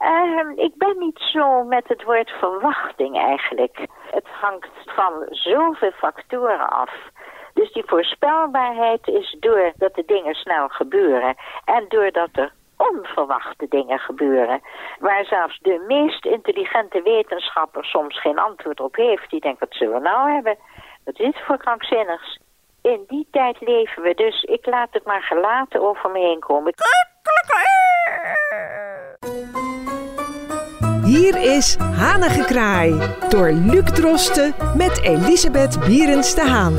Ik ben niet zo met het woord verwachting eigenlijk. Het hangt van zoveel factoren af. Dus die voorspelbaarheid is doordat de dingen snel gebeuren. En doordat er onverwachte dingen gebeuren. Waar zelfs de meest intelligente wetenschapper soms geen antwoord op heeft. Die denkt, wat zullen we nou hebben? Wat is het voor krankzinnigs? In die tijd leven we, dus ik laat het maar gelaten over me heen komen. Hier is Hanengekraai door Luc Drosten met Elisabeth Bierens de Haan.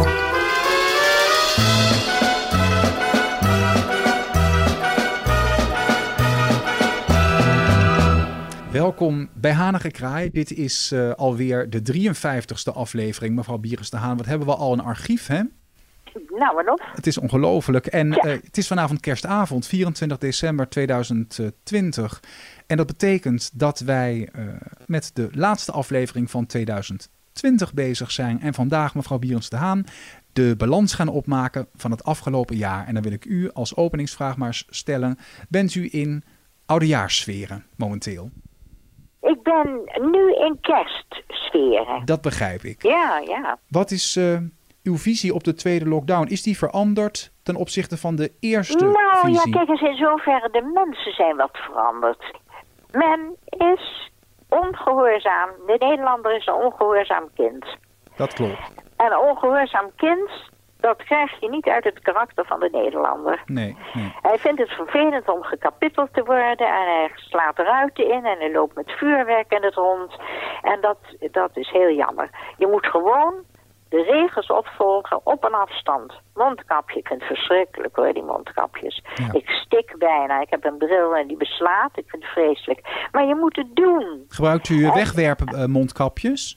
Welkom bij Hanengekraai. Dit is alweer de 53ste aflevering. Mevrouw Bierens de Haan, wat hebben we al een archief, hè? Nou, en op. Het is ongelooflijk. En het is vanavond kerstavond, 24 december 2020. En dat betekent dat wij met de laatste aflevering van 2020 bezig zijn. En vandaag, mevrouw Bierens de Haan, de balans gaan opmaken van het afgelopen jaar. En dan wil ik u als openingsvraag maar stellen. Bent u in oudejaarssferen momenteel? Ik ben nu in kerstsferen. Dat begrijp ik. Ja. Wat is uw visie op de tweede lockdown? Is die veranderd ten opzichte van de eerste visie? Ja, kijk eens, in zoverre de mensen zijn wat veranderd. Men is ongehoorzaam. De Nederlander is een ongehoorzaam kind. Dat klopt. En een ongehoorzaam kind, dat krijg je niet uit het karakter van de Nederlander. Nee. Hij vindt het vervelend om gekapitteld te worden en hij slaat ruiten in en hij loopt met vuurwerk in het rond. En dat is heel jammer. Je moet gewoon de regels opvolgen op een afstand. Mondkapje, ik vind het verschrikkelijk hoor, die mondkapjes. Ja. Ik stik bijna, ik heb een bril en die beslaat, ik vind het vreselijk. Maar je moet het doen. Gebruikt u wegwerpen mondkapjes?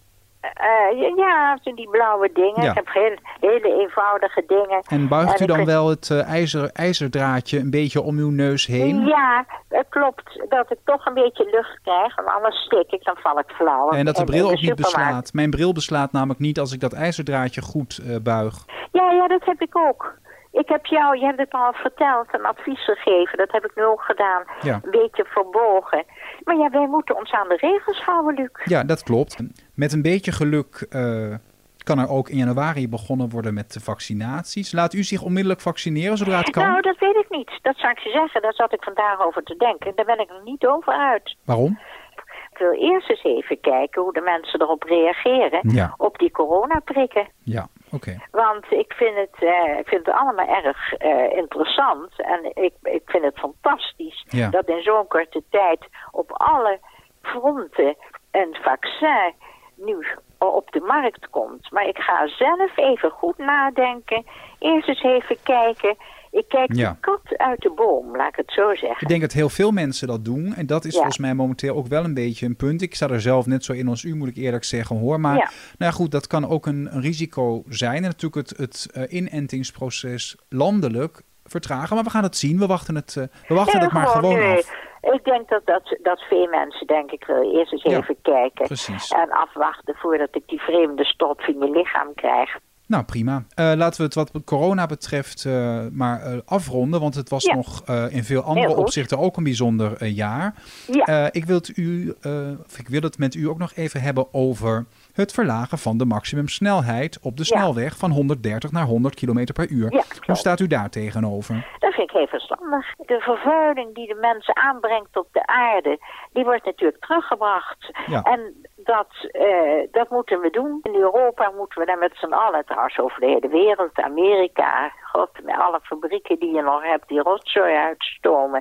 Ja, die blauwe dingen. Ja. Ik heb hele eenvoudige dingen. En buigt u dan wel het ijzerdraadje een beetje om uw neus heen? Ja, het klopt. Dat ik toch een beetje lucht krijg. Want anders stik ik, dan val ik flauw. En dat de bril ook niet supermarkt beslaat. Mijn bril beslaat namelijk niet als ik dat ijzerdraadje goed buig. Ja, dat heb ik ook. Ik heb jou, je hebt het al verteld, een advies gegeven. Dat heb ik nu ook gedaan. Ja. Een beetje verbogen. Maar ja, wij moeten ons aan de regels houden, Luc. Ja, dat klopt. Met een beetje geluk kan er ook in januari begonnen worden met de vaccinaties. Laat u zich onmiddellijk vaccineren zodra het kan? Nou, dat weet ik niet. Dat zou ik je zeggen. Daar zat ik vandaag over te denken. Daar ben ik nog niet over uit. Waarom? Ik wil eerst eens even kijken hoe de mensen erop reageren. Op die coronaprikken. Ja, oké. Want ik vind het allemaal erg interessant. En ik vind het fantastisch dat in zo'n korte tijd op alle fronten een vaccin nu op de markt komt. Maar ik ga zelf even goed nadenken. Eerst eens even kijken. Ik kijk de kat uit de boom, laat ik het zo zeggen. Ik denk dat heel veel mensen dat doen. En dat is volgens mij momenteel ook wel een beetje een punt. Ik sta er zelf net zo in als u, moet ik eerlijk zeggen, hoor. Maar nou ja, goed, dat kan ook een risico zijn. En natuurlijk het inentingsproces landelijk vertragen. Maar we gaan het zien. We wachten het maar gewoon af. Ik denk dat veel mensen denken, ik wil eerst eens even kijken. Precies. En afwachten voordat ik die vreemde stof in je lichaam krijg. Nou, prima. Laten we het wat corona betreft maar afronden. Want het was nog in veel andere opzichten ook een bijzonder jaar. Ja. Ik wil het met u ook nog even hebben over het verlagen van de maximumsnelheid op de snelweg van 130 naar 100 km per uur. Ja, hoe staat u daar tegenover? Dat vind ik heel verstandig. De vervuiling die de mensen aanbrengt op de aarde, die wordt natuurlijk teruggebracht. Ja. En dat moeten we doen. In Europa moeten we daar met z'n allen, trouwens over de hele wereld, Amerika, God, met alle fabrieken die je nog hebt, die rotzooi uitstomen.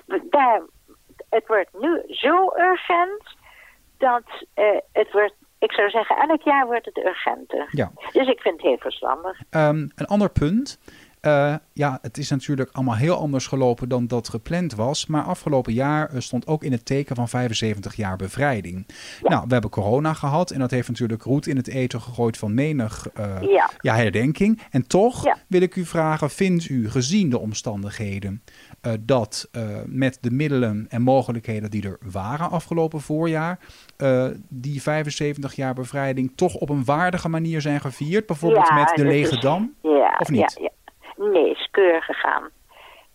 Het wordt nu zo urgent dat het wordt, ik zou zeggen, elk jaar wordt het urgenter. Ja. Dus ik vind het heel verstandig. Een ander punt. Het is natuurlijk allemaal heel anders gelopen dan dat gepland was. Maar afgelopen jaar stond ook in het teken van 75 jaar bevrijding. Ja. Nou, we hebben corona gehad. En dat heeft natuurlijk roet in het eten gegooid van menig herdenking. En toch wil ik u vragen, vindt u gezien de omstandigheden dat met de middelen en mogelijkheden die er waren afgelopen voorjaar, die 75 jaar bevrijding toch op een waardige manier zijn gevierd? Bijvoorbeeld met de Lege Dam? Ja, of niet? Ja. Nee, is keurig gegaan.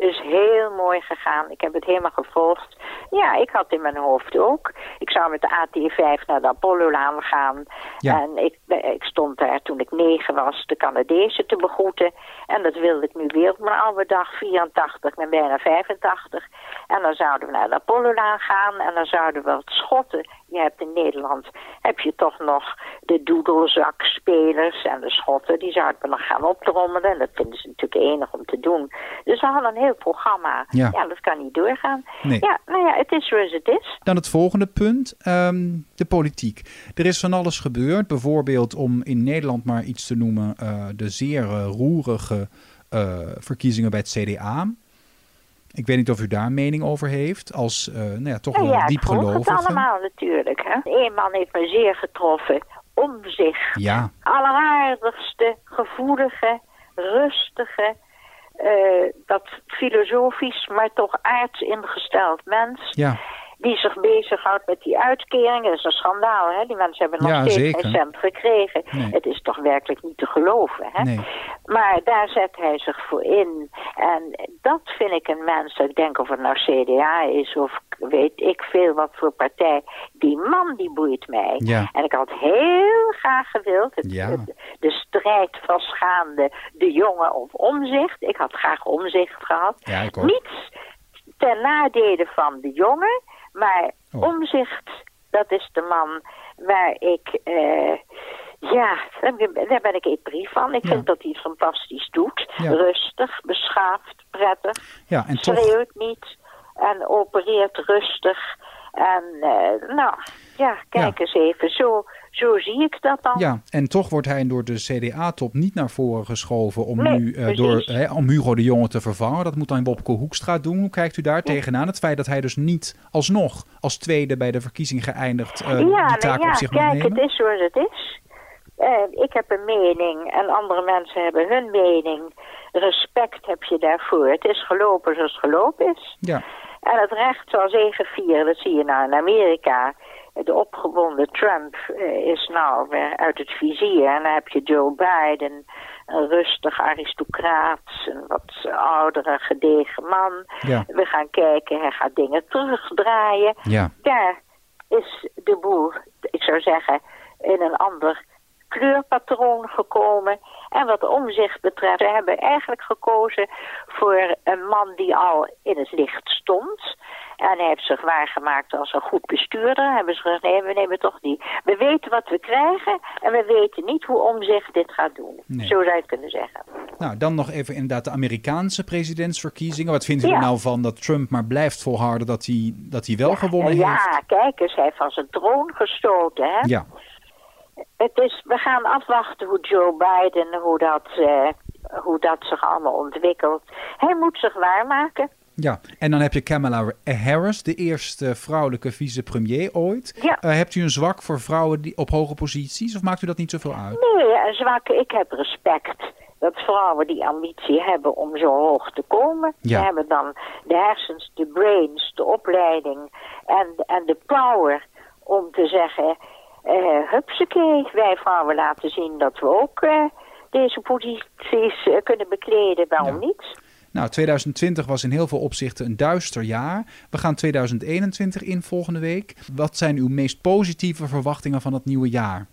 is heel mooi gegaan. Ik heb het helemaal gevolgd. Ja, ik had in mijn hoofd ook. Ik zou met de AT5 naar de Apollo-laan gaan. Ja. En ik stond daar toen ik 9 was de Canadezen te begroeten. En dat wilde ik nu weer op mijn oude dag, 84, ik ben bijna 85. En dan zouden we naar de Apollo-laan gaan. En dan zouden we wat schotten. Je hebt in Nederland, heb je toch nog de doedelzakspelers en de schotten. Die zouden we nog gaan optrommelen. En dat vinden ze natuurlijk enig om te doen. Dus we hadden een heel programma. Ja, dat kan niet doorgaan. Nee. Ja, nou ja, het is zoals het is. Dan het volgende punt, de politiek. Er is van alles gebeurd. Bijvoorbeeld om in Nederland maar iets te noemen, de zeer roerige verkiezingen bij het CDA. Ik weet niet of u daar een mening over heeft, als toch wel diepgelovige. Ja, het allemaal natuurlijk. Hè? Eén man heeft me zeer getroffen. Omzicht. Ja. Alleraardigste, gevoelige, rustige, dat filosofisch, maar toch aards ingesteld mens. Ja. Die zich bezighoudt met die uitkeringen. Dat is een schandaal, hè? Die mensen hebben nog steeds geen cent gekregen. Nee. Het is toch werkelijk niet te geloven, hè? Nee. Maar daar zet hij zich voor in. En dat vind ik een mens, ik denk of het nou CDA is of weet ik veel wat voor partij. Die man, die boeit mij. Ja. En ik had heel graag gewild, de strijd vastgaande de jongen of Omzicht. Ik had graag Omzicht gehad. Ja, niets ten nadele van de jongen. Maar Omzicht, dat is de man waar ik, daar ben ik épris van. Ik vind dat hij het fantastisch doet. Ja. Rustig, beschaafd, prettig. Ja, en schreeuwt niet en opereert rustig. En kijk eens even, zo zie ik dat dan. Ja, en toch wordt hij door de CDA-top niet naar voren geschoven om om Hugo de Jonge te vervangen. Dat moet dan Wopke Hoekstra doen. Hoe kijkt u daar tegenaan? Het feit dat hij dus niet alsnog als tweede bij de verkiezing geëindigd die taak op zich moet nemen? Kijk, het is zoals het is. Ik heb een mening en andere mensen hebben hun mening. Respect heb je daarvoor. Het is gelopen zoals het gelopen is. Ja. En het recht zal zegevieren, dat zie je nou in Amerika. De opgewonden Trump is nou weer uit het vizier. En dan heb je Joe Biden, een rustig aristocraat, een wat oudere, gedegen man. Ja. We gaan kijken, hij gaat dingen terugdraaien. Ja. Daar is de boel, ik zou zeggen, in een ander kleurpatroon gekomen. En wat Omzicht betreft, we hebben eigenlijk gekozen voor een man die al in het licht stond. En hij heeft zich waargemaakt als een goed bestuurder. Hebben ze gezegd, nee, we nemen toch niet. We weten wat we krijgen en we weten niet hoe Omzicht dit gaat doen. Nee. Zo zou je het kunnen zeggen. Nou, dan nog even inderdaad de Amerikaanse presidentsverkiezingen. Wat vindt u er nou van dat Trump maar blijft volharden dat hij wel gewonnen heeft? Ja, kijk eens, hij heeft van zijn troon gestoten, hè? Ja. We gaan afwachten hoe Joe Biden, hoe dat zich allemaal ontwikkelt. Hij moet zich waarmaken. Ja, en dan heb je Kamala Harris, de eerste vrouwelijke vicepremier ooit. Ja. Hebt u een zwak voor vrouwen die op hoge posities of maakt u dat niet zoveel uit? Nee, een zwak. Ik heb respect dat vrouwen die ambitie hebben om zo hoog te komen. Ja. Ze hebben dan de hersens, de brains, de opleiding en de power om te zeggen, hupsakee, wij vrouwen laten zien dat we ook deze posities kunnen bekleden. Waarom niet? Nou, 2020 was in heel veel opzichten een duister jaar. We gaan 2021 in volgende week. Wat zijn uw meest positieve verwachtingen van het nieuwe jaar?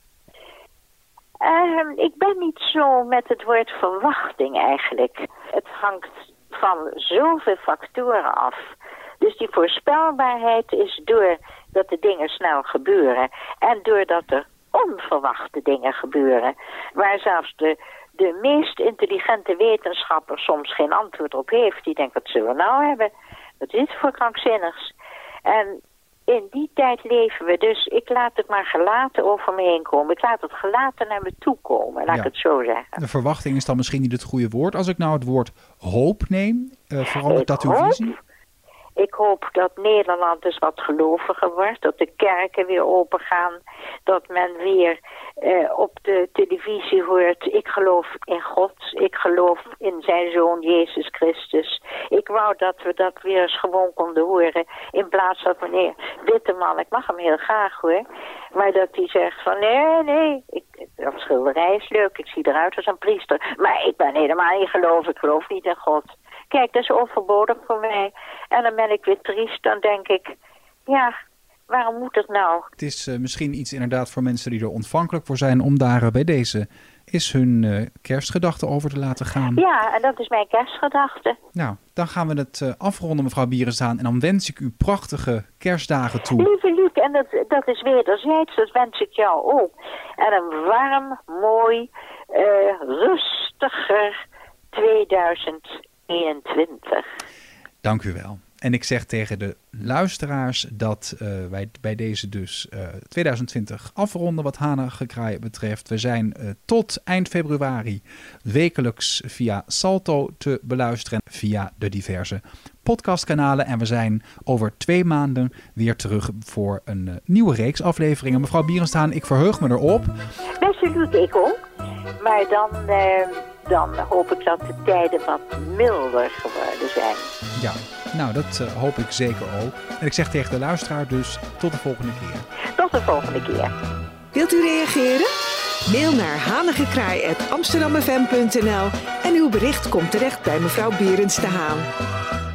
Ik ben niet zo met het woord verwachting eigenlijk. Het hangt van zoveel factoren af. Dus die voorspelbaarheid is doordat de dingen snel gebeuren. En doordat er onverwachte dingen gebeuren. Waar zelfs de meest intelligente wetenschapper soms geen antwoord op heeft. Die denkt, wat zullen we nou hebben? Wat is het voor krankzinnigs? En in die tijd leven we, dus ik laat het maar gelaten over me heen komen. Ik laat het gelaten naar me toe komen, laat ik het zo zeggen. De verwachting is dan misschien niet het goede woord. Als ik nou het woord hoop neem, verandert dat uw visie? Ik hoop dat Nederland dus wat geloviger wordt, dat de kerken weer open gaan, dat men weer op de televisie hoort, ik geloof in God, ik geloof in zijn Zoon Jezus Christus. Ik wou dat we dat weer eens gewoon konden horen, in plaats van meneer Witteman, ik mag hem heel graag hoor, maar dat hij zegt van nee, dat schilderij is leuk, ik zie eruit als een priester, maar ik ben helemaal niet geloof, ik geloof niet in God. Kijk, dat is overbodig voor mij. En dan ben ik weer triest. Dan denk ik, ja, waarom moet het nou? Het is misschien iets inderdaad voor mensen die er ontvankelijk voor zijn om daar bij deze is hun kerstgedachte over te laten gaan. Ja, en dat is mijn kerstgedachte. Nou, dan gaan we het afronden, mevrouw Bierenstaan. En dan wens ik u prachtige kerstdagen toe. Lieve Luc, en dat is wederzijds, dat wens ik jou ook. En een warm, mooi, rustiger 2021. Dank u wel. En ik zeg tegen de luisteraars dat wij bij deze dus 2020 afronden wat Hanengekraai betreft. We zijn tot eind februari wekelijks via Salto te beluisteren via de diverse podcastkanalen. En we zijn over 2 maanden weer terug voor een nieuwe reeks afleveringen. Mevrouw Bierenstaan, ik verheug me erop. Beste Luc, ik ook. Maar dan hoop ik dat de tijden wat milder geworden zijn. Ja, nou dat hoop ik zeker ook. En ik zeg tegen de luisteraar dus tot de volgende keer. Tot de volgende keer. Wilt u reageren? Mail naar hanigekraai@amsterdammefm.nl en uw bericht komt terecht bij mevrouw Bierens de Haan.